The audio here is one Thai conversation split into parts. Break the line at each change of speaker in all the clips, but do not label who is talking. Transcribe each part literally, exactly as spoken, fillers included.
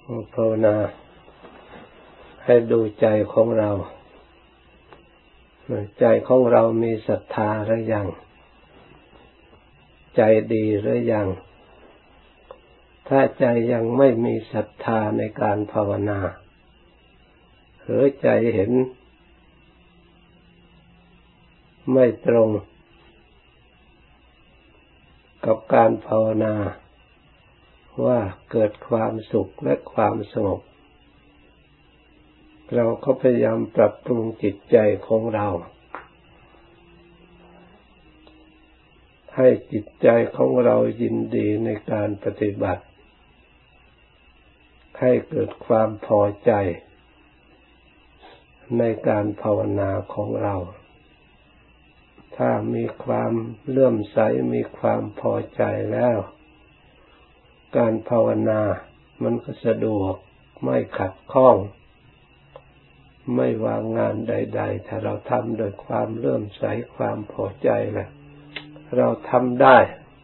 ภาวนาให้ดูใจของเราใจของเรามีศรัทธาหรือยังใจดีหรือยังถ้าใจยังไม่มีศรัทธาในการภาวนาหรือใจเห็นไม่ตรงกับการภาวนาว่าเกิดความสุขและความสงบเราก็พยายามปรับปรุงจิตใจของเราให้จิตใจของเรายินดีในการปฏิบัติให้เกิดความพอใจในการภาวนาของเราถ้ามีความเลื่อมใสมีความพอใจแล้วการภาวนามันก็สะดวกไม่ขัดข้องไม่วางงานใดๆถ้าเราทำโดยความเลื่อมใสความพอใจแหละเราทำได้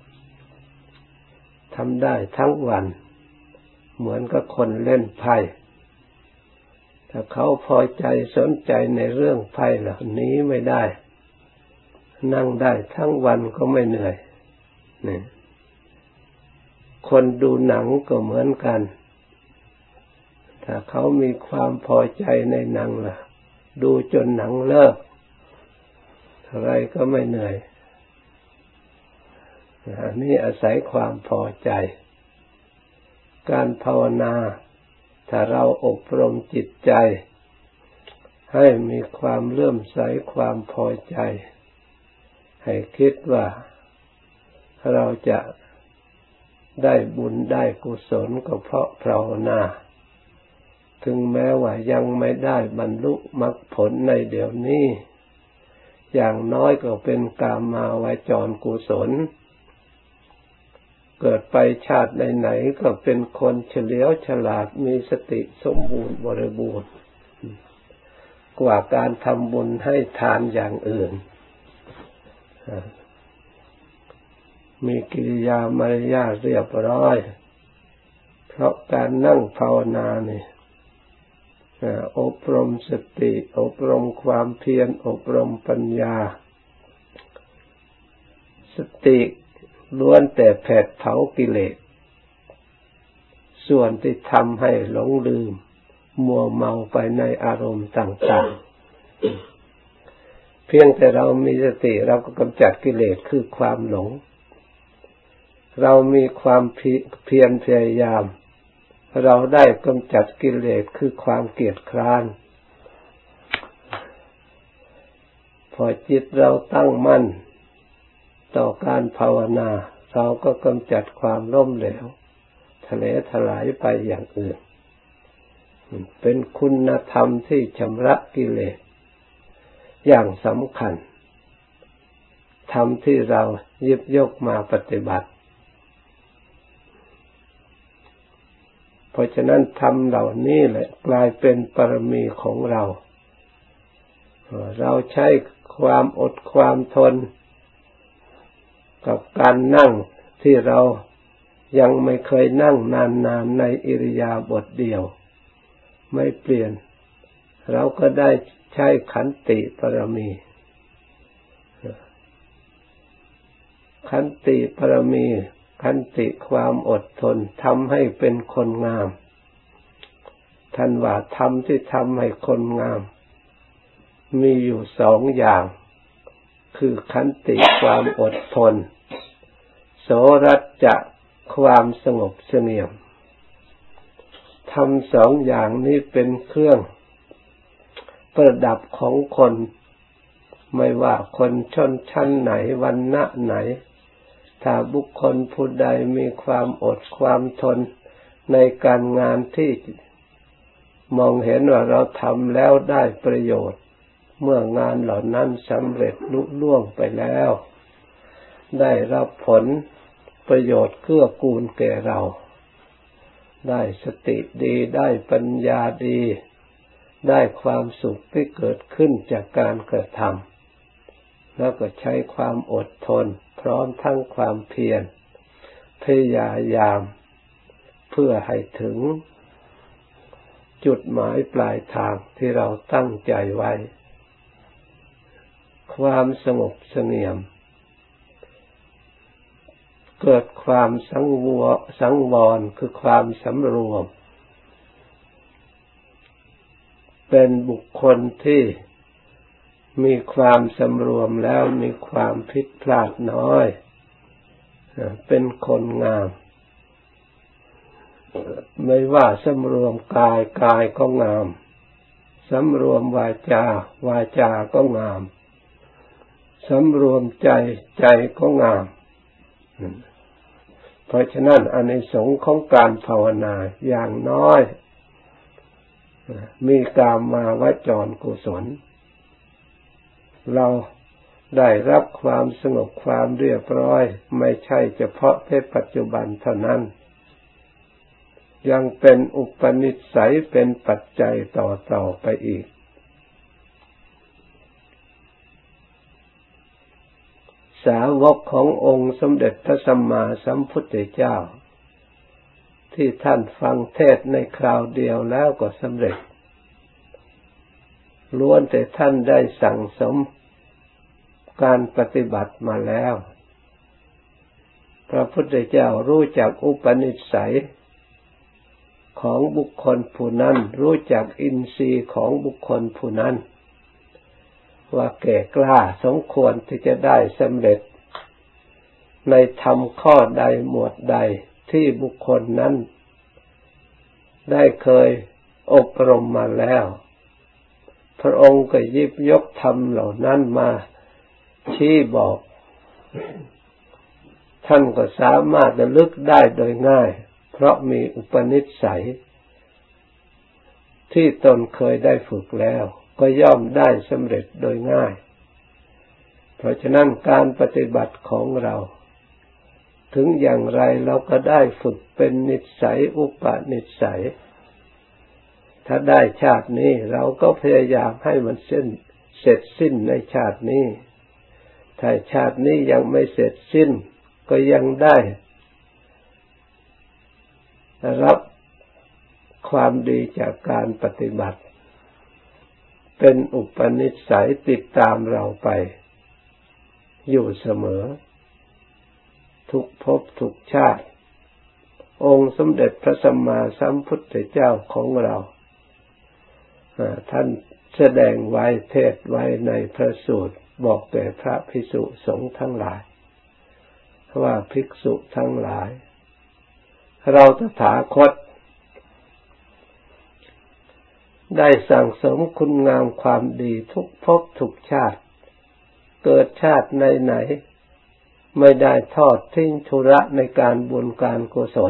ทำได้ทั้งวันเหมือนกับคนเล่นไพ่ถ้าเขาพอใจสนใจในเรื่องไพ่เหล่านี้ไม่ได้นั่งได้ทั้งวันก็ไม่เหนื่อยนี่คนดูหนังก็เหมือนกันถ้าเขามีความพอใจในหนังล่ะดูจนหนังเลิกเท่าไรก็ไม่เหนื่อยอันนี้อาศัยความพอใจการภาวนาถ้าเราอบรมจิตใจให้มีความเลื่อมใสความพอใจให้คิดว่าเราจะได้บุญได้กุศลก็เพราะภาวนาถึงแม้ว่ายังไม่ได้บรรลุมรรคผลในเดี๋ยวนี้อย่างน้อยก็เป็นกามาวจรกุศลเกิดไปชาติไหนๆก็เป็นคนเฉลียวฉลาดมีสติสมบูรณ์บริบูรณ์กว่าการทำบุญให้ทานอย่างอื่นมีกิริยามารยาทเรียบร้อยเพราะการนั่งภาวนาเนี่ยอบรมสติอบรมความเพียรอบรมปัญญาสติล้วนแต่แผดเผากิเลสส่วนที่ทำให้หลงลืมมัวเมาไปในอารมณ์ต่างๆเพียงแต่เรามีสติเราก็กำจัดกิเลสคือความหลงเรามีความเพียรพยายามเราได้กำจัดกิเลสคือความเกียจคร้านพอจิตเราตั้งมั่นต่อการภาวนาเราก็กำจัดความล้มเหลวทะเลถลายไปอย่างอื่นเป็นคุณธรรมที่ชำระกิเลสอย่างสำคัญธรรมที่เราหยิบยกมาปฏิบัติเพราะฉะนั้นธรรมเหล่านี้แหละกลายเป็นปรมีของเราเราใช้ความอดความทนกับการนั่งที่เรายังไม่เคยนั่งนานๆในอิริยาบถเดียวไม่เปลี่ยนเราก็ได้ใช้ขันติปรมีขันติปรมีขันติความอดทนทำให้เป็นคนงามท่านว่าธรรมที่ทำให้คนงามมีอยู่สองอย่างคือขันติความอดทนโสรัจจะความสงบเสงี่ยมธรรมสองอย่างนี้เป็นเครื่องประดับของคนไม่ว่าคนชนชั้นไหนวรรณะไหนถ้าบุคคลผู้ใดมีความอดความทนในการงานที่มองเห็นว่าเราทำแล้วได้ประโยชน์เมื่องานเหล่านั้นสำเร็จลุล่วงไปแล้วได้รับผลประโยชน์เกื้อกูลแก่เราได้สติดีได้ปัญญาดีได้ความสุขที่เกิดขึ้นจากการกระทำแล้วก็ใช้ความอดทนพร้อมทั้งความเพียรพยายามเพื่อให้ถึงจุดหมายปลายทางที่เราตั้งใจไว้ความสงบเสงี่ยมเกิดความสังวรสังวรคือความสำรวมเป็นบุคคลที่มีความสำรวมแล้วมีความผิดพลาดน้อยเป็นคนงามไม่ว่าสำรวมกายกายก็งามสำรวมวาจาวาจาก็งามสำรวมใจใจก็งามเพราะฉะนั้นอานิสงส์ของการภาวนาอย่างน้อยมีกามาวจรกุศลเราได้รับความสงบความเรียบร้อยไม่ใช่เฉพาะในปัจจุบันเท่านั้นยังเป็นอุปนิสัยเป็นปัจจัยต่อๆไปอีกสาวกขององค์สมเด็จพระสัมมาสัมพุทธเจ้าที่ท่านฟังเทศน์ในคราวเดียวแล้วก็สำเร็จล้วนแต่ท่านได้สั่งสมการปฏิบัติมาแล้วพระพุทธเจ้ารู้จักอุปนิสัยของบุคคลผู้นั้นรู้จักอินทรีย์ของบุคคลผู้นั้นว่าแก่กล้าสมควรที่จะได้สำเร็จในธรรมข้อใดหมวดใดที่บุคคลนั้นได้เคยอบรมมาแล้วพระองค์ก็หยิบยกธรรมเหล่านั้นมาชี้บอกท่านก็สามารถระลึกได้โดยง่ายเพราะมีอุปนิสัยที่ตนเคยได้ฝึกแล้วก็ย่อมได้สำเร็จโดยง่ายเพราะฉะนั้นการปฏิบัติของเราถึงอย่างไรเราก็ได้ฝึกเป็นนิสัยอุปนิสัยถ้าได้ชาตินี้เราก็พยายามให้มันเส้นเสร็จสิ้นในชาตินี้ถ้าชาตินี้ยังไม่เสร็จสิ้นก็ยังได้รับความดีจากการปฏิบัติเป็นอุปนิสัยติดตามเราไปอยู่เสมอทุกภพทุกชาติองค์สมเด็จพระสัมมาสัมพุทธเจ้าของเราท่านแสดงไว้เทศไว้ในพระสูตรบอกแก่พระภิกษุสงฆ์ทั้งหลายว่าภิกษุทั้งหลายเราตถาคตได้สั่งสมคุณงามความดีทุกภพทุกชาติเกิดชาติไหนๆไม่ได้ทอดทิ้งธุระในการบุญการกุศล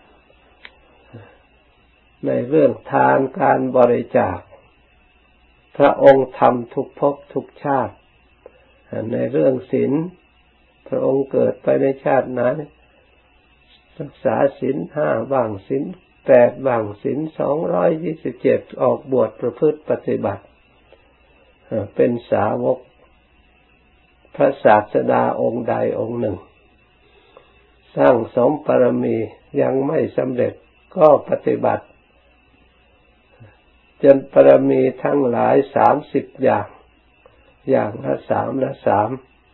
ในเรื่องทานการบริจาคพระองค์ทำทุกภพทุกชาติในเรื่องศีลพระองค์เกิดไปในชาตินั้นรักษาศีลห้าบ้างศีลแปดบ้างศีลสองร้อยยี่สิบเจ็ดออกบวชประพฤติปฏิบัติเป็นสาวกพระศาสดาองค์ใดองค์หนึ่งสร้างสมบารมียังไม่สำเร็จก็ปฏิบัติจนบารมีทั้งหลายสามสิบอย่างอย่างละสามละสาม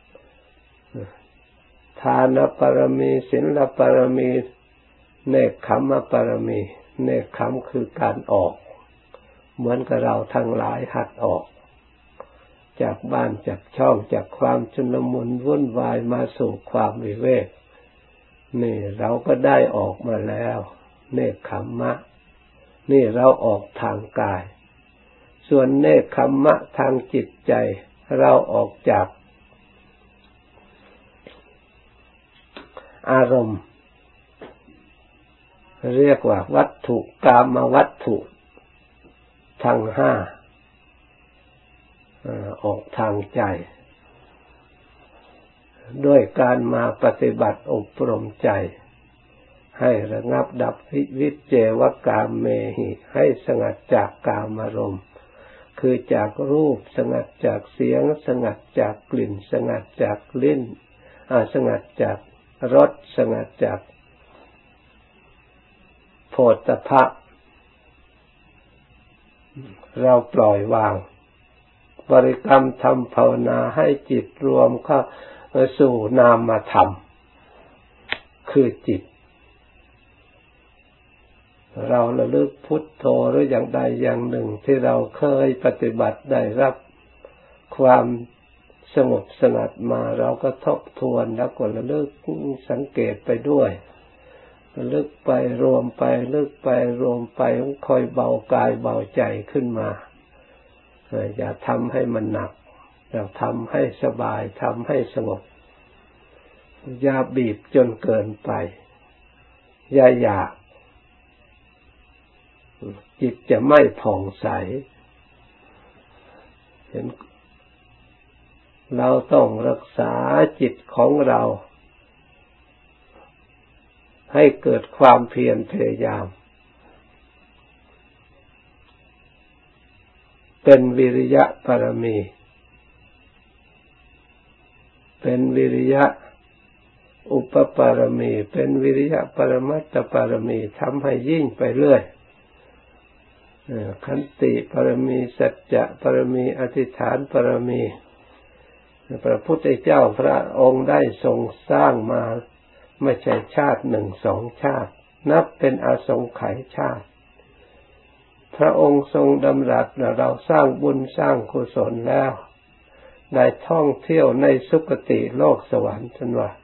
ทานบารมีศีลบารมีเนกขัมมบารมีเนกขัมคือการออกเหมือนกับเราทั้งหลายหัดออกจากบ้านจากช่องจากความชุลมุนวุ่นวายมาสู่ความวิเวกนี่เราก็ได้ออกมาแล้วเนกขัมมะนี่เราออกทางกายส่วนเนกขัมมะทางจิตใจเราออกจากอารมณ์เรียกว่าวัตถุกามวัตถุทั้งห้าออกทางใจด้วยการมาปฏิบัติอบรมใจให้ระงับดับวิเจวกามเมหิให้สงัดจากกามารมณ์คือจากรูปสงัดจากเสียงสงัดจากกลิ่นสงัดจากลิ้นสงัดจากรสสงัดจากโผฏฐัพพะเราปล่อยวางบริกรรมทำภาวนาให้จิตรวมเข้าสู่นามธรรมคือจิตเราระลึกพุทโธหรืออย่างใดอย่างหนึ่งที่เราเคยปฏิบัติได้รับความสงบสงัดมาเราก็ทบทวนแล้วก็ระลึกสังเกตไปด้วยระลึกไปรวมไประลึกไปรวมไปค่อยเบากายเบาใจขึ้นมาอย่าทำให้มันหนักเราทำให้สบายทำให้สงบอย่าบีบจนเกินไปอย่าอยากจิตจะไม่ผ่องใสเห็นเราต้องรักษาจิตของเราให้เกิดความเพียรพยายามเป็นวิริยะปรมีเป็นวิริยะอุปปารมีเป็นวิริยะปรมัตถปารมีทำให้ยิ่งไปเรื่อยขันติปรมีสัจจะปรมีอธิษฐานปรมีพระพุทธเจ้าพระองค์ได้ทรงสร้างมาไม่ใช่ชาติหนึ่งสองชาตินับเป็นอสงไขยชาติพระองค์ทรงดำรัสเราสร้างบุญสร้างกุศลแล้วได้ท่องเที่ยวในสุคติโลกสวรรค์ท่านว่า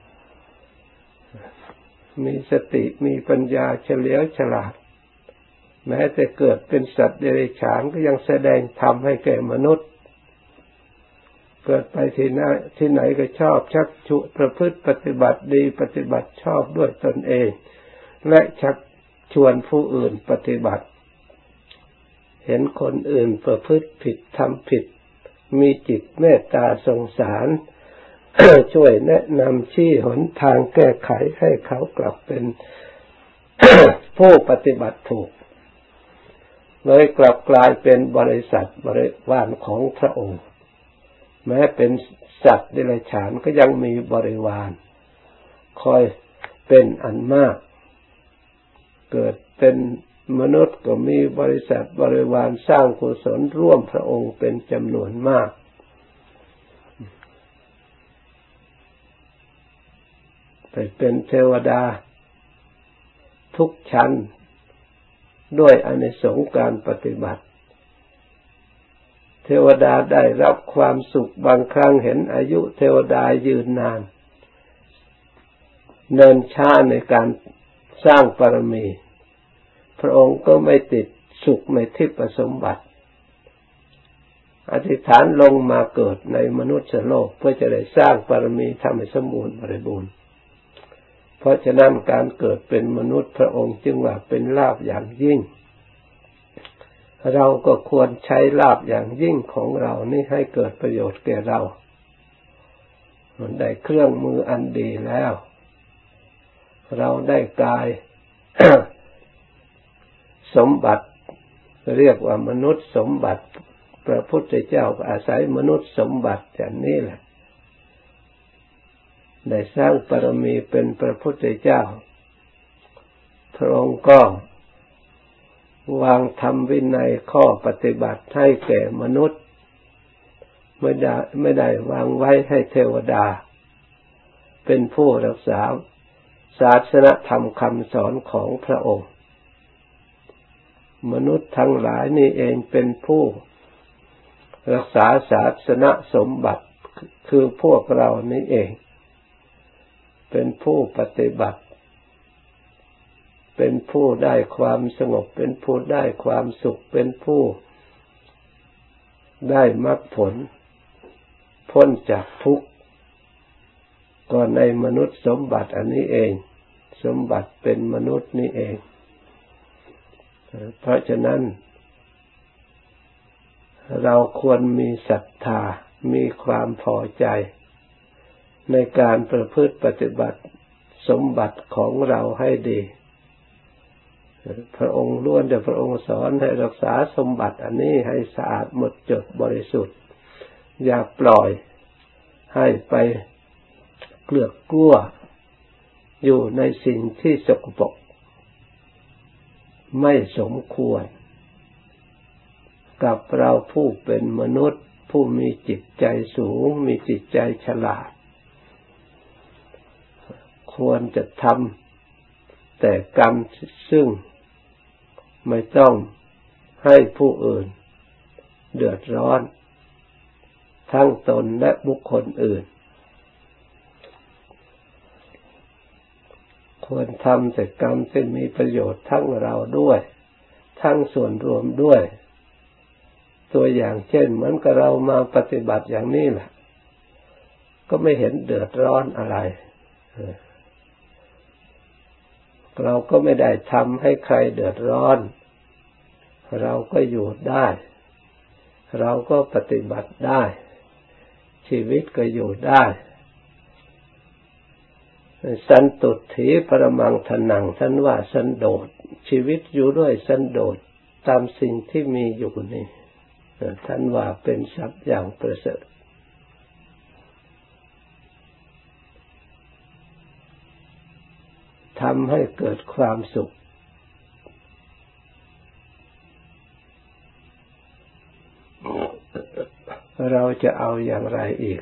มีสติมีปัญญาเฉลียวฉลาดแม้แต่เกิดเป็นสัตว์เดรัจฉานก็ยังแสดงธรรมให้แก่มนุษย์เกิดไปที่ไหนที่ไหนก็ชอบชักชุประพฤติปฏิบัติดีปฏิบัติชอบด้วยตนเองและชักชวนผู้อื่นปฏิบัติเห็นคนอื่นประพฤติผิดทำผิดมีจิตเมตตาสงสาร ช่วยแนะนำชี้หนทางแก้ไขให้เขากลับเป็น ผู้ปฏิบัติถูกเลยกลับกลายเป็นบริษัทบริวารของพระองค์แม้เป็นสัตว์เดรัจฉานก็ยังมีบริวารคอยเป็นอันมากเกิดเป็นมนุษย์ก็มีบริษัทบริวารสร้างกุศลร่วมพระองค์เป็นจำนวนมากไปเป็นเทวดาทุกชั้นด้วยอานิสงส์การปฏิบัติเทวดาได้รับความสุขบางครั้งเห็นอายุเทวดายืนนานเนินช้าในการสร้างบารมีพระองค์ก็ไม่ติดสุขในทิพย์สมบัติอธิษฐานลงมาเกิดในมนุษย์โลกเพื่อจะได้สร้างบารมีทำให้สมบูรณ์บริบูรณ์เพราะฉะนั้นการเกิดเป็นมนุษย์พระองค์จึงว่าเป็นลาภอย่างยิ่งเราก็ควรใช้ลาภอย่างยิ่งของเรานี่ให้เกิดประโยชน์แก่เราได้เครื่องมืออันดีแล้วเราได้กาย สมบัติเรียกว่ามนุษย์สมบัติพระพุทธเจ้าอาศัยมนุษย์สมบัติอย่างนี้แหละได้สร้างบารมีเป็นพระพุทธเจ้าพระองค์ก็วางธรรมวินัยข้อปฏิบัติให้แก่มนุษย์ไม่ได้ไม่ได้วางไว้ให้เทวดาเป็นผู้รักษาศาสนธรรมคำสอนของพระองค์มนุษย์ทั้งหลายนี่เองเป็นผู้รักษาศาสนสมบัติคือพวกเรานี่เองเป็นผู้ปฏิบัติเป็นผู้ได้ความสงบเป็นผู้ได้ความสุขเป็นผู้ได้มรรคผลพ้นจากทุกข์ก็ในมนุษย์สมบัติอันนี้เองสมบัติเป็นมนุษย์นี่เองเพราะฉะนั้นเราควรมีศรัทธามีความพอใจในการประพฤติปฏิบัติสมบัติของเราให้ดีพระองค์ล้วนแต่พระองค์สอนให้รักษาสมบัติอันนี้ให้สะอาดหมดจดบริสุทธิ์อย่าปล่อยให้ไปเกลือกกลัวอยู่ในสิ่งที่สกปรกไม่สมควรกับเราผู้เป็นมนุษย์ผู้มีจิตใจสูงมีจิตใจฉลาดควรจะทำแต่กรรมซึ่งไม่ต้องให้ผู้อื่นเดือดร้อนทั้งตนและบุคคลอื่นควรทำแต่กรรมที่มีประโยชน์ทั้งเราด้วยทั้งส่วนรวมด้วยตัวอย่างเช่นเหมือนกับเรามาปฏิบัติอย่างนี้แหละก็ไม่เห็นเดือดร้อนอะไรเราก็ไม่ได้ทำให้ใครเดือดร้อนเราก็อยู่ได้เราก็ปฏิบัติได้ชีวิตก็อยู่ได้สันตุถีปรมังทนังท่านว่าสันโดษชีวิตอยู่ด้วยสันโดษตามสิ่งที่มีอยู่นี่ท่านว่าเป็นทรัพย์อย่างประเสริฐทำให้เกิดความสุขเราจะเอาอย่างไรอีก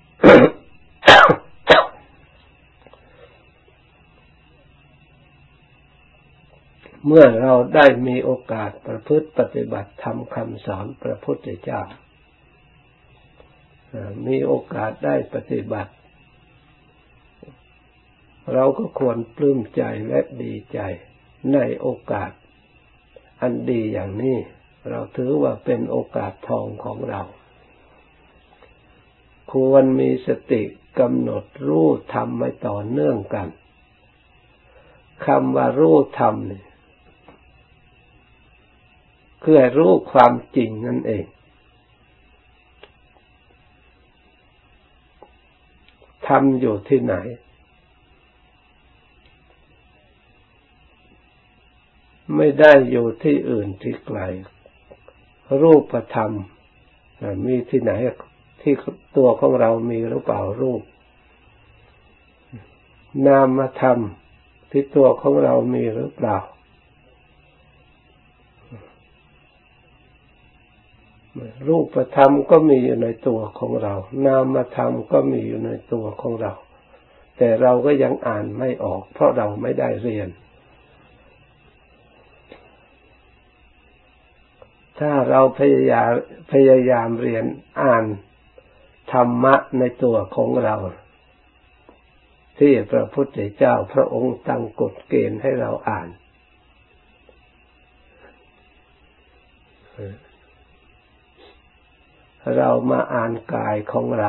เมื่อเราได้มีโอกาสประพฤติปฏิบัติธรรมคำสอนพระพุทธเจ้ามีโอกาสได้ปฏิบัติเราก็ควรปลื้มใจและดีใจในโอกาสอันดีอย่างนี้เราถือว่าเป็นโอกาสทองของเราควรมีสติกำหนดรู้ธรรมไม่ต่อเนื่องกันคำว่ารู้ธรรมนี่คือให้รู้ความจริงนั่นเองธรรมอยู่ที่ไหนไม่ได้อยู่ที่อื่นที่ไกลรูปธรรมมีที่ไหนที่ตัวของเรามีหรือเปล่ารูปนามธรรมที่ตัวของเรามีหรือเปล่ารูปธรรมก็มีอยู่ในตัวของเรานามธรรมก็มีอยู่ในตัวของเราแต่เราก็ยังอ่านไม่ออกเพราะเราไม่ได้เรียนถ้าเราพยายามพยายามเรียนอ่านธรรมะในตัวของเราที่พระพุทธเจ้าพระองค์ตั้งกฎเกณฑ์ให้เราอ่านเรามาอ่านกายของเรา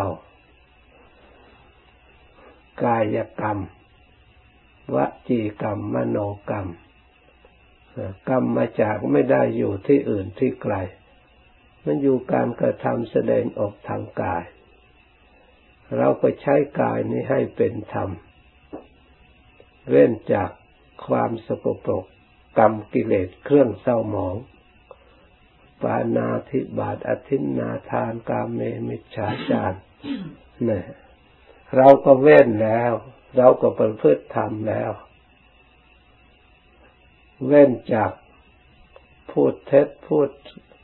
กายกรรมวจีกรรมมโนกรรมกรรมมาจากไม่ได้อยู่ที่อื่นที่ไกลมันอยู่การกระทำแสดงออกทางกายเราก็ใช้กายนี้ให้เป็นธรรมเว้นจากความสกปรกกรรมกิเลสเครื่องเศร้าหมองปานาธิบาตอทินนาทานกาเมมิจฉาจารเนี่ยเราก็เว้นแล้วเราก็ประพฤติธรรมแล้วเว้นจากพูดเท็จพูด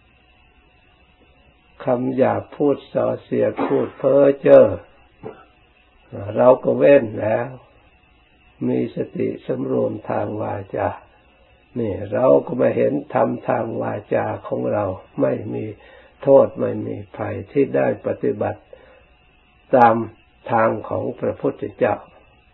คำหยาบพูดส่อเสียดพูดเพ้อเจ้อเราก็เว้นแล้วมีสติสำรวมทางวาจานี่เราก็มาเห็นธรรมทางวาจาของเราไม่มีโทษไม่มีภัยที่ได้ปฏิบัติตามทางของพระพุทธเจ้า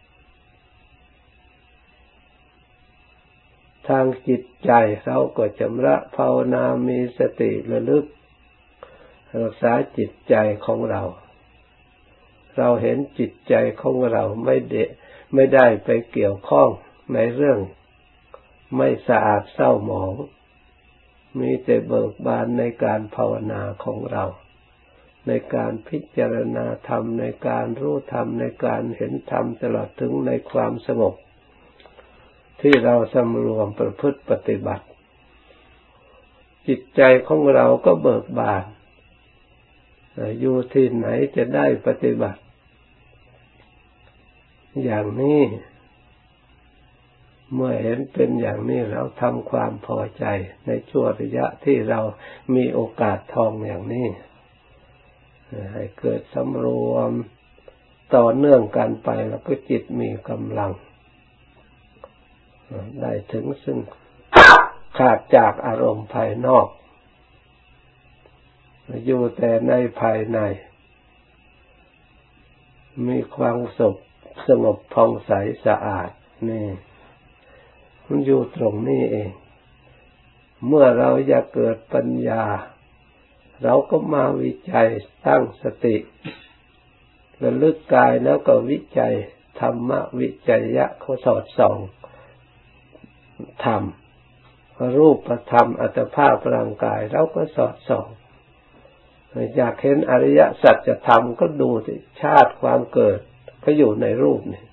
ทางจิตใจเราก็ชำระภาวนามีสติระลึกรักษาจิตใจของเราเราเห็นจิตใจของเราไม่ได้ไม่ได้ไปเกี่ยวข้องในเรื่องไม่สะอาดเศร้าหมองมีแต่เบิกบานในการภาวนาของเราในการพิจารณาธรรมในการรู้ธรรมในการเห็นธรรมตลอดถึงในความสงบที่เราสำรวมประพฤติปฏิบัติจิตใจของเราก็เบิกบานอยู่ที่ไหนจะได้ปฏิบัติอย่างนี้เมื่อเห็นเป็นอย่างนี้เราทำความพอใจในช่วงระยะที่เรามีโอกาสทองอย่างนี้ให้เกิดสำรวมต่อเนื่องกันไปแล้วก็จิตมีกำลังได้ถึงซึ่งขาดจากอารมณ์ภายนอกอยู่แต่ในภายในมีความสุขสงบผ่องใสสะอาดนี่มันอยู่ตรงนี้เองเมื่อเราอยากเกิดปัญญาเราก็มาวิจัยตั้งสติระลึกกายแล้วก็วิจัยธรรมะวิจัยยะเขาสอดส่องธรรมรูปธรรมอัตภาพร่างกายเราก็สอดส่องอยากเห็นอริยสัจธรรมก็ดูสิชาติความเกิดก็อยู่ในรูปนี่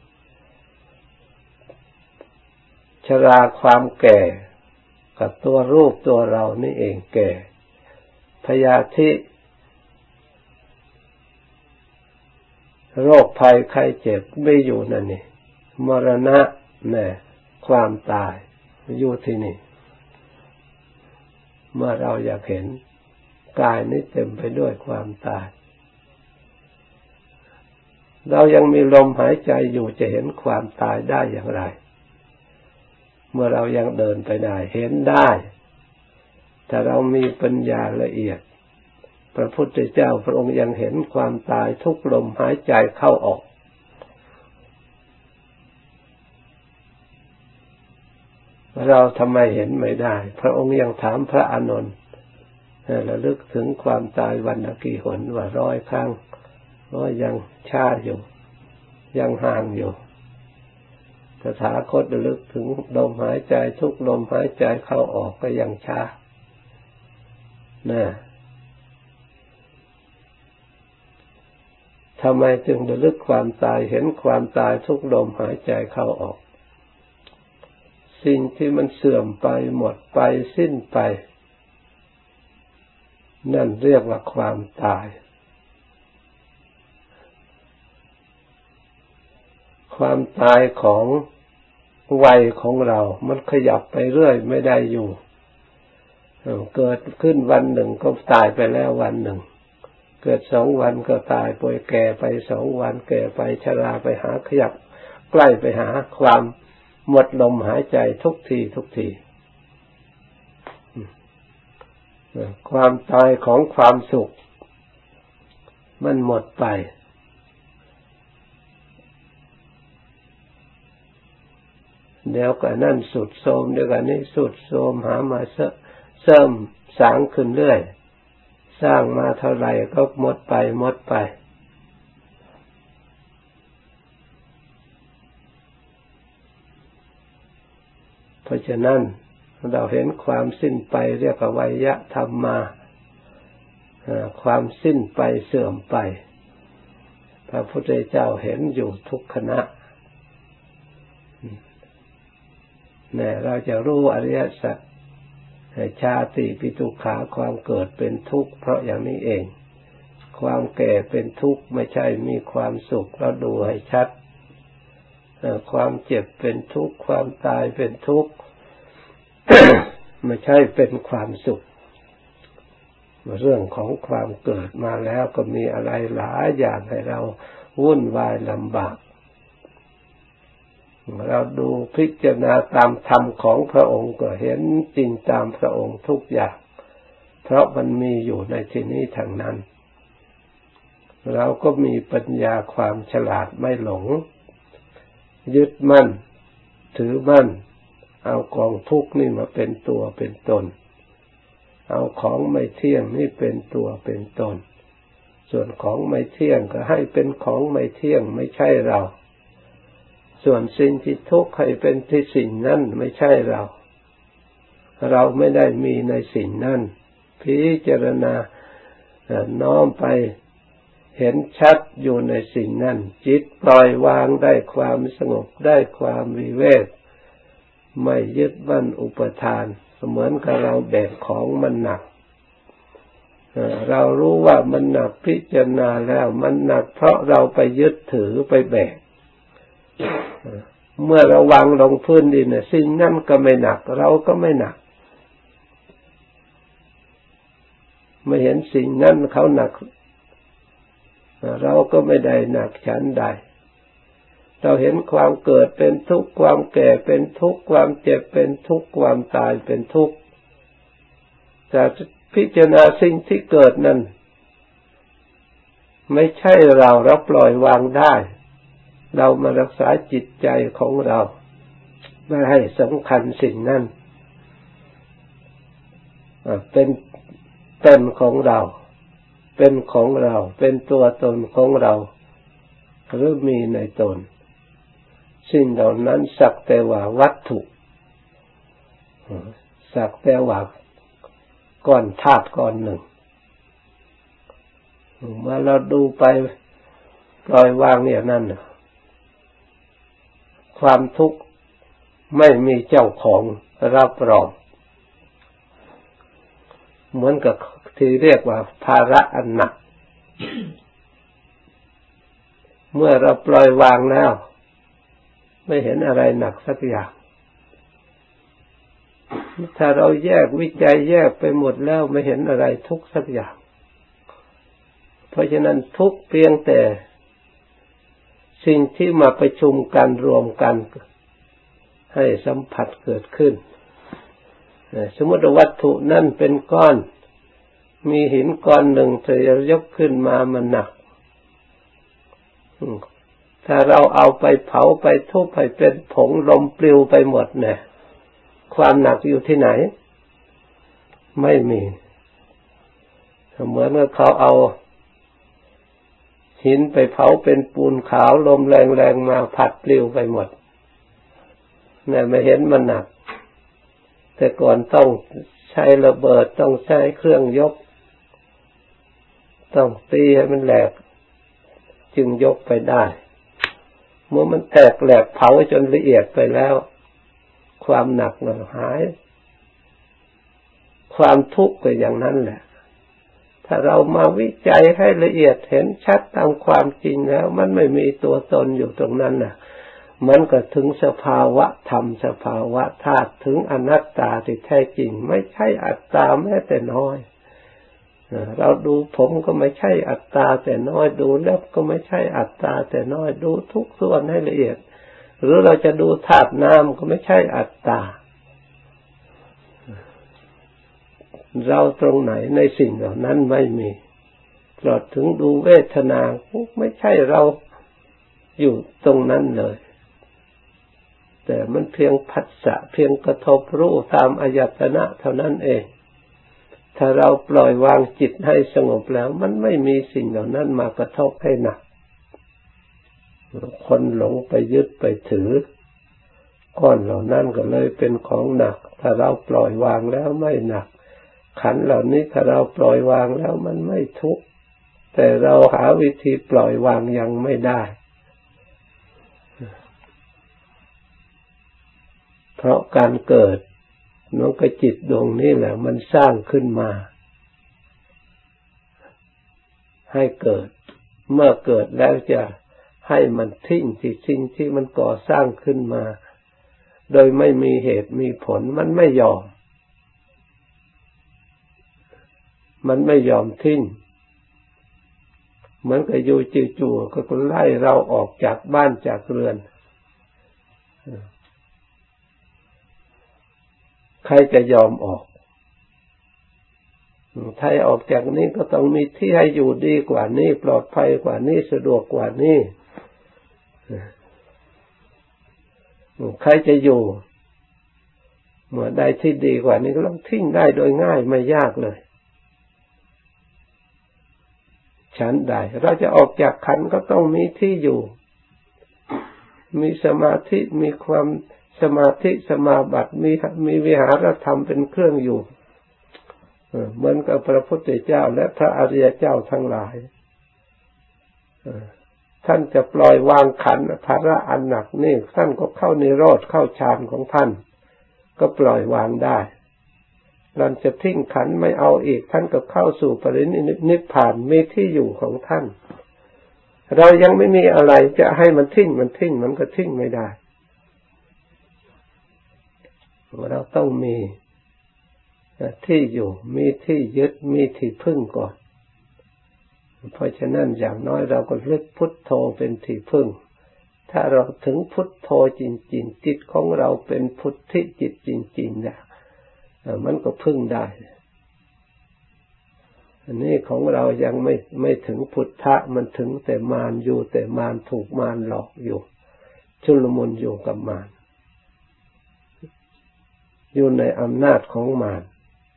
ชราความแก่กับตัวรูปตัวเรานี่เองแก่พยาธิโรคภัยไข้เจ็บไม่อยู่นั่นนี่มรณะแน่ความตายอยู่ที่นี่เมื่อเราอยากเห็นกายนี้เต็มไปด้วยความตายเรายังมีลมหายใจอยู่จะเห็นความตายได้อย่างไรเมื่อเรายังเดินไปได้เห็นได้ถ้าเรามีปัญญาละเอียดพระพุทธเจ้าพระองค์ยังเห็นความตายทุกลมหายใจเข้าออกเราทำไมเห็นไม่ได้พระองค์ยังถามพระอานนท์ระลึกถึงความตายวันละกี่หนว่าร้อยครั้งก็ยังช้าอยู่ยังห่างอยู่ตถาคตระลึกถึงลมหายใจทุกลมหายใจเข้าออกก็ยังช้านะทำไมจึงระลึกความตายเห็นความตายทุกลมหายใจเข้าออกสิ่งที่มันเสื่อมไปหมดไปสิ้นไปนั่นเรียกว่าความตายความตายของวัยของเรามันขยับไปเรื่อยไม่ได้อยู่เกิดขึ้นวันหนึ่งก็ตายไปแล้ววันหนึ่งเกิดสองวันก็ตายป่วยแก่ไปสองวันแก่ไปชราไปหาขยับใกล้ไปหาความหมดลมหายใจทุกทีทุกทีความตายของความสุขมันหมดไปเดี๋ยวก็นั่นสุดโทรมเดี๋ยวก็นี่สุดโทรมหามาเสริมสร้างขึ้นเรื่อยสร้างมาเท่าไหร่ก็หมดไปหมดไปเพราะฉะนั้นเราเห็นความสิ้นไปเรียกว่าไวยธรรมมาความสิ้นไปเสื่อมไปพระพุทธเจ้าเห็นอยู่ทุกขณะเนี่ยเราจะรู้อริยสัจชาติปิทุกขาความเกิดเป็นทุกข์เพราะอย่างนี้เองความแก่เป็นทุกข์ไม่ใช่มีความสุขเราดูให้ชัดความเจ็บเป็นทุกข์ความตายเป็นทุกข์ ไม่ใช่เป็นความสุขเรื่องของความเกิดมาแล้วก็มีอะไรหลายอย่างให้เราวุ่นวายลำบากเราดูพิจารณาตามธรรมของพระองค์ก็เห็นจริงตามพระองค์ทุกอย่างเพราะมันมีอยู่ในที่นี้ทางนั้นเราก็มีปัญญาความฉลาดไม่หลงยึดมั่นถือมั่นเอากองทุกข์นี่มาเป็นตัวเป็นตนเอาของไม่เที่ยงนี่เป็นตัวเป็นตนส่วนของไม่เที่ยงก็ให้เป็นของไม่เที่ยงไม่ใช่เราส่วนสิ่งที่ทุกข์ให้เป็นที่สิ่งนั้นไม่ใช่เราเราไม่ได้มีในสิ่งนั้นพิจารณาน้อมไปเห็นชัดอยู่ในสิ่งนั้นจิตปล่อยวางได้ความสงบได้ความวิเวกไม่ยึดมั่นอุปทานเหมือนกับเราแบกของมันหนักเรารู้ว่ามันหนักพิจารณาแล้วมันหนักเพราะเราไปยึดถือไปแบกเมื่อเราวางลงพื้นดินเนี่ยสิ่งนั้นก็ไม่หนักเราก็ไม่หนักไม่เห็นสิ่งนั้นเขาหนักเราก็ไม่ได้หนักฉันใดเราเห็นความเกิดเป็นทุกข์ความแก่เป็นทุกข์ความเจ็บเป็นทุกข์ความตายเป็นทุกข์แต่พิจารณาสิ่งที่เกิดนั้นไม่ใช่เราเราปล่อยวางได้เรามารักษาจิตใจของเราไม่ให้สำคัญสิ่งนั้นเป็นตนของเราเป็นของเราเป็นตัวตนของเราหรือมีในตนสิ่งเหล่านั้นสักแต่ว่าวัตถุสักแต่ว่าก้อนธาตุก้อนหนึ่งเมื่อเราดูไปปล่อยวางเนี่ยนั่นความทุกข์ไม่มีเจ้าของรับรองเหมือนกับที่เรียกว่าภาระอันหนักเมื่อเราปล่อยวางแล้วไม่เห็นอะไรหนักสักอย่างถ้าเราแยกวิจัยแยกไปหมดแล้วไม่เห็นอะไรทุกข์สักอย่างเพราะฉะนั้นทุกข์เพียงแต่สิ่งที่มาประชุมกันรวมกันให้สัมผัสเกิดขึ้นสมมติวัตถุนั่นเป็นก้อนมีหินก้อนหนึ่งจะยกขึ้นมามันหนักถ้าเราเอาไปเผาไปทุบให้เป็นผงลมปลิวไปหมดเนี่ยความหนักอยู่ที่ไหนไม่มีเหมือนกับเขาเอาหินไปเผาเป็นปูนขาวลมแรงๆมาพัดปลิวไปหมดเนี่ยไม่เห็นมันหนักแต่ก่อนต้องใช้ระเบิดต้องใช้เครื่องยกต้องตีให้มันแหลกจึงยกไปได้เมื่อมันแตกแหลกเผาจนละเอียดไปแล้วความหนักมันหายความทุกข์ก็อย่างนั้นแหละถ้าเรามาวิจัยให้ละเอียดเห็นชัดตามความจริงแล้วมันไม่มีตัวตนอยู่ตรงนั้นน่ะมันก็ถึงสภาวะธรรมสภาวะธาตุถึงอนัตตาที่แท้จริงไม่ใช่อัตตาแม้แต่น้อยเราดูผมก็ไม่ใช่อัตตาแต่น้อยดูเล็บก็ไม่ใช่อัตตาแต่น้อยดูทุกส่วนให้ละเอียดหรือเราจะดูธาตุน้ำก็ไม่ใช่อัตตาเราตรงไหนในสิ่งเหล่านั้นไม่มีตลอดถึงดูเวทนาไม่ใช่เราอยู่ตรงนั้นเลยแต่มันเพียงผัสสะเพียงกระทบรู้ตามอายตนะเท่านั้นเองถ้าเราปล่อยวางจิตให้สงบแล้วมันไม่มีสิ่งเหล่านั้นมากระทบให้หนักคนหลงไปยึดไปถือก้อนเหล่านั้นก็เลยเป็นของหนักถ้าเราปล่อยวางแล้วไม่หนักขันธ์เหล่านี้ถ้าเราปล่อยวางแล้วมันไม่ทุกข์แต่เราหาวิธีปล่อยวางยังไม่ได้เพราะการเกิดน้องกระจิตดวงนี้แหละมันสร้างขึ้นมาให้เกิดเมื่อเกิดแล้วจะให้มันทิ้งที่สิ่งที่มันก่อสร้างขึ้นมาโดยไม่มีเหตุมีผลมันไม่ยอมมันไม่ยอมทิ้งเหมือนกับอยู่จู่ๆก็ไล่เราออกจากบ้านจากเรือนใครจะยอมออกถ้าออกจากนี้ก็ต้องมีที่ให้อยู่ดีกว่านี้ปลอดภัยกว่านี้สะดวกกว่านี้ใครจะอยู่เมื่อใดที่ดีกว่านี้ก็ต้องทิ้งได้โดยง่ายไม่ยากเลยฉันใดเราจะออกจากขันธ์ก็ต้องมีที่อยู่มีสมาธิมีความสมาธิสมาบัติมีมีวิหารธรรมเป็นเครื่องอยู่เหมือนกับพระพุทธเจ้าและพระอริยเจ้าทั้งหลายท่านจะปล่อยวางขันธ์ภาระอันหนักนี่ท่านก็เข้านิโรธเข้าฌานของท่านก็ปล่อยวางได้เราจะทิ้งขันธ์ไม่เอาอีกท่านก็เข้าสู่ปรินิพพานมีที่อยู่ของท่านเรายังไม่มีอะไรจะให้มันทิ้งมันทิ้งมันก็ทิ้งไม่ได้เราต้องมีที่อยู่มีที่ยึดมีที่พึ่งก่อนเพราะฉะนั้นอย่างน้อยเราก็เลือกพุทโธเป็นที่พึ่งถ้าเราถึงพุทโธจริงๆจิตของเราเป็นพุทธิจิตจริงๆเนี่ยมันก็พึ่งได้อันนี้ของเรายังไม่ไม่ถึงพุทธะมันถึงแต่มารอยู่แต่มารถูกมารหลอกอยู่ชุลมุนอยู่กับมารอยู่ในอำนาจของมาร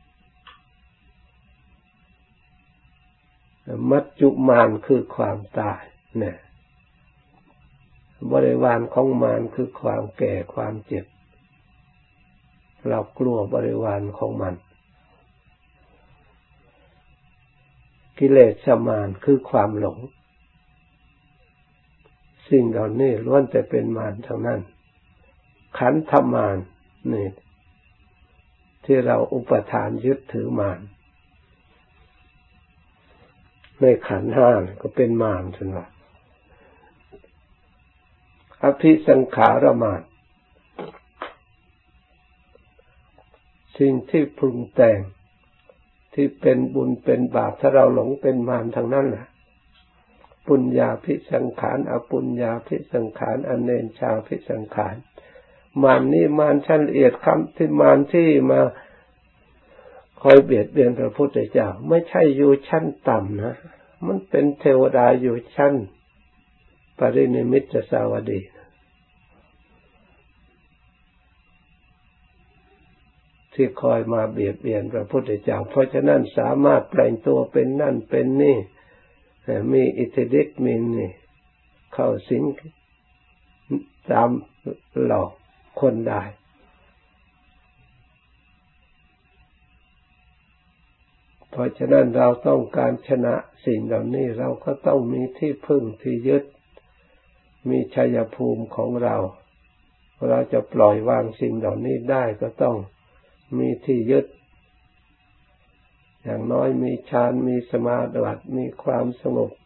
มัจจุมารคือความตายเนี่ยบริวารของมารคือความแก่ความเจ็บเรากลัวบริวารของมันกิเลสมารคือความหลงสิ่งเหล่านี้ล้วนแต่เป็นมารทั้งนั้นขันธมารนี่ที่เราอุปทานยึดถือมารในขันธ์ห้าก็เป็นมารทั้งนั้นอภิสังขารมารสิ่งที่ปรุงแต่งที่เป็นบุญเป็นบาปถ้าเราหลงเป็นมารทั้งนั้นแหละปุญญาภิสังขารอปุญญาภิสังขารอเนญชาภิสังขารมารนี้มารชั้นละเอียดคำที่มารที่มาคอยเบียดเบียนพระพุทธเจ้าไม่ใช่อยู่ชั้นต่ำนะมันเป็นเทวดาอยู่ชั้นปรินิมิตสาวดีที่คอยมาเบียดเบียนพระพุทธเจ้าเพราะฉะนั้นสามารถแปลงตัวเป็นนั่นเป็นนี่มีอิทธิฤทธิ์มีนี่เข้าสิงตามหลอกคนได้เพราะฉะนั้นเราต้องการชนะสิ่งเหล่านี้เราก็ต้องมีที่พึ่งที่ยึดมีชัยภูมิของเราเราจะปล่อยวางสิ่งเหล่านี้ได้ก็ต้องมีที่ยึดอย่างน้อยมีฌานมีสมาบัติมีความสงบ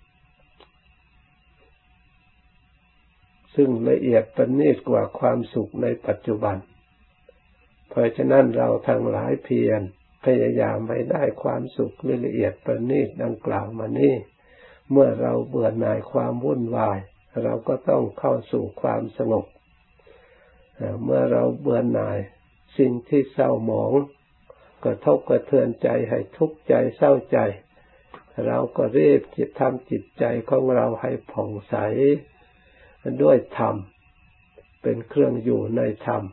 ซึ่งละเอียดประณีตกว่าความสุขในปัจจุบันเพราะฉะนั้นเราทั้งหลายเพียรพยายามให้ได้ความสุขละเอียดประณีตดังกล่าวมานี้เมื่อเราเบื่อหน่ายความวุ่นวายเราก็ต้องเข้าสู่ความสงบเมื่อเราเบื่อหน่ายสิ่งที่เศร้าหมองกระทบกระเทือนใจให้ทุกข์ใจเศร้าใจเราก็รีบจิตทำจิตใจของเราให้ผ่องใสด้วยธรรมเป็นเครื่องอยู่ในธรรม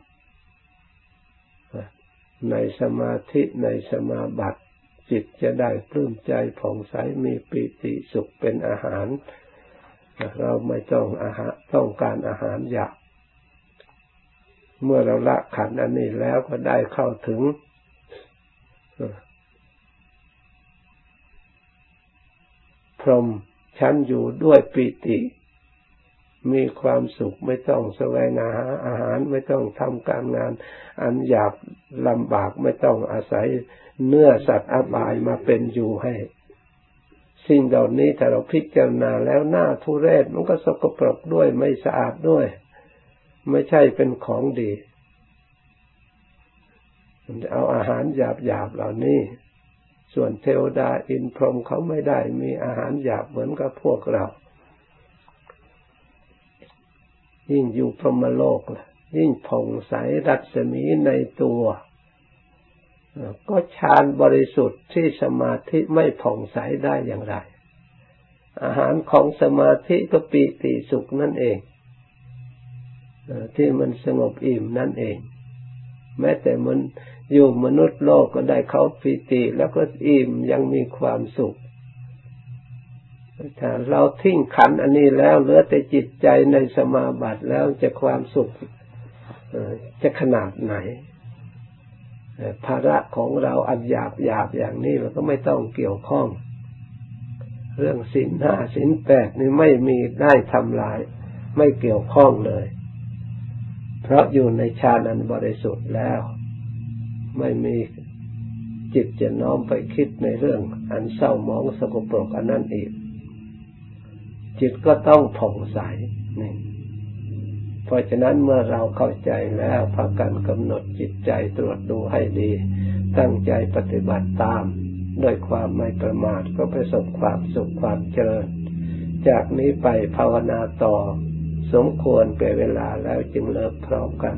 ในสมาธิในสมาบัติจิตจะได้ปลื้มใจผ่องใสมีปิติสุขเป็นอาหารเราไม่ต้องอาหารต้องการอาหารหยาบเมื่อเราละขันธ์อันนี้แล้วก็ได้เข้าถึงพรหมชั้นอยู่ด้วยปิติมีความสุขไม่ต้องแสวงหาอาหารไม่ต้องทำการงานอันหยาบลำบากไม่ต้องอาศัยเนื้อสัตว์อบายมาเป็นอยู่ให้สิ่งเหล่านี้ถ้าเราพิจารณาแล้วหน้าทุเรศมันก็สกปรกด้วยไม่สะอาดด้วยไม่ใช่เป็นของดีเอาอาหารหยาบๆเหล่านี้ส่วนเทวดาอินทร์พรหมเขาไม่ได้มีอาหารหยาบเหมือนกับพวกเรายิ่งอยู่พรหมโลกยิ่งผ่องใสรัศมีในตัวก็ฌานบริสุทธิ์ที่สมาธิไม่ผ่องใสได้อย่างไรอาหารของสมาธิก็ปิติสุขนั่นเองที่มันสงบอิ่มนั่นเองแม้แต่มันอยู่มนุษย์โลกก็ได้เขาปิติแล้วก็อิ่มยังมีความสุขถ้าเราทิ้งขันธ์อันนี้แล้วเหลือแต่จิตใจในสมาบัติแล้วจะความสุขจะขนาดไหนภาระของเราอันหยาบหยาบอย่างนี้เราก็ไม่ต้องเกี่ยวข้องเรื่องศีลห้าศีลแปดนี่ไม่มีได้ทำลายไม่เกี่ยวข้องเลยเพราะอยู่ในฌานอันบริสุทธิ์แล้วไม่มีจิตจะน้อมไปคิดในเรื่องอันเศร้าหมองสกปรกอันนั้นอีกจิตก็ต้องผ่องใสนี่พราะฉะนั้นเมื่อเราเข้าใจแล้วพากันกำหนดจิตใจตรวจดูให้ดีตั้งใจปฏิบัติตามด้วยความไม่ประมาทก็ประสบความสุขความเจริญจากนี้ไปภาวนาต่อสมควรแก่เวลาแล้วจึงเลิกพร้อมกัน